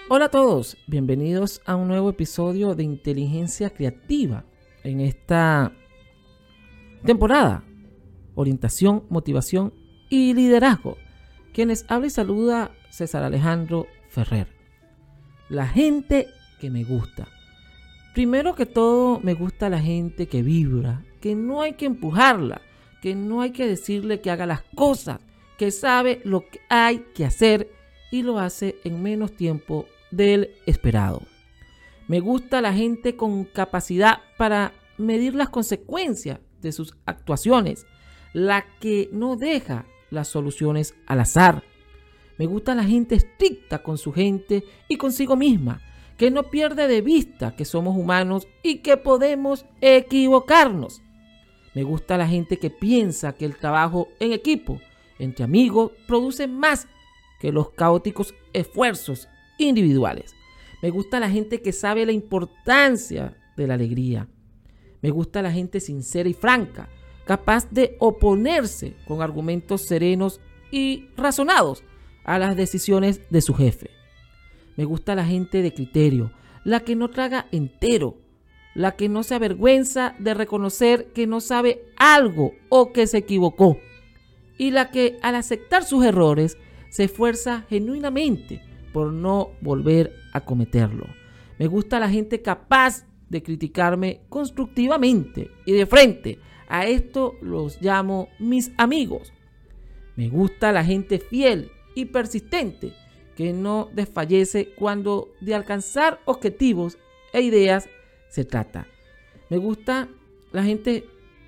Hola a todos, bienvenidos a un nuevo episodio de Inteligencia Creativa en esta temporada, orientación, motivación y liderazgo. Quienes habla y saluda César Alejandro Ferrer. La gente que me gusta. Primero que todo, me gusta la gente que vibra, que no hay que empujarla, que no hay que decirle que haga las cosas, que sabe lo que hay que hacer y lo hace en menos tiempo del esperado. Me gusta la gente con capacidad para medir las consecuencias de sus actuaciones, la que no deja las soluciones al azar. Me gusta la gente estricta con su gente y consigo misma, que no pierde de vista que somos humanos y que podemos equivocarnos. Me gusta la gente que piensa que el trabajo en equipo, entre amigos, produce más que los caóticos esfuerzos individuales. Me gusta la gente que sabe la importancia de la alegría. Me gusta la gente sincera y franca, capaz de oponerse con argumentos serenos y razonados a las decisiones de su jefe. Me gusta la gente de criterio, la que no traga entero, la que no se avergüenza de reconocer que no sabe algo o que se equivocó, y la que al aceptar sus errores se esfuerza genuinamente por no volver a cometerlo. Me gusta la gente capaz de criticarme constructivamente y de frente. A esto los llamo mis amigos. Me gusta la gente fiel y persistente que no desfallece cuando de alcanzar objetivos e ideas se trata. Me gusta la gente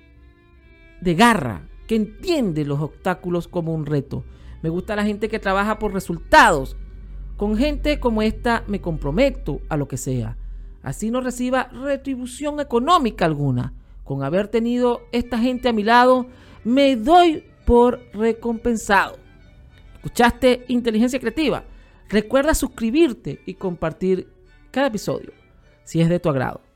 de garra que entiende los obstáculos como un reto. Me gusta la gente que trabaja por resultados. Con gente como esta me comprometo a lo que sea. Así no reciba retribución económica alguna. Con haber tenido esta gente a mi lado, me doy por recompensado. ¿Escuchaste Inteligencia Creativa? Recuerda suscribirte y compartir cada episodio, si es de tu agrado.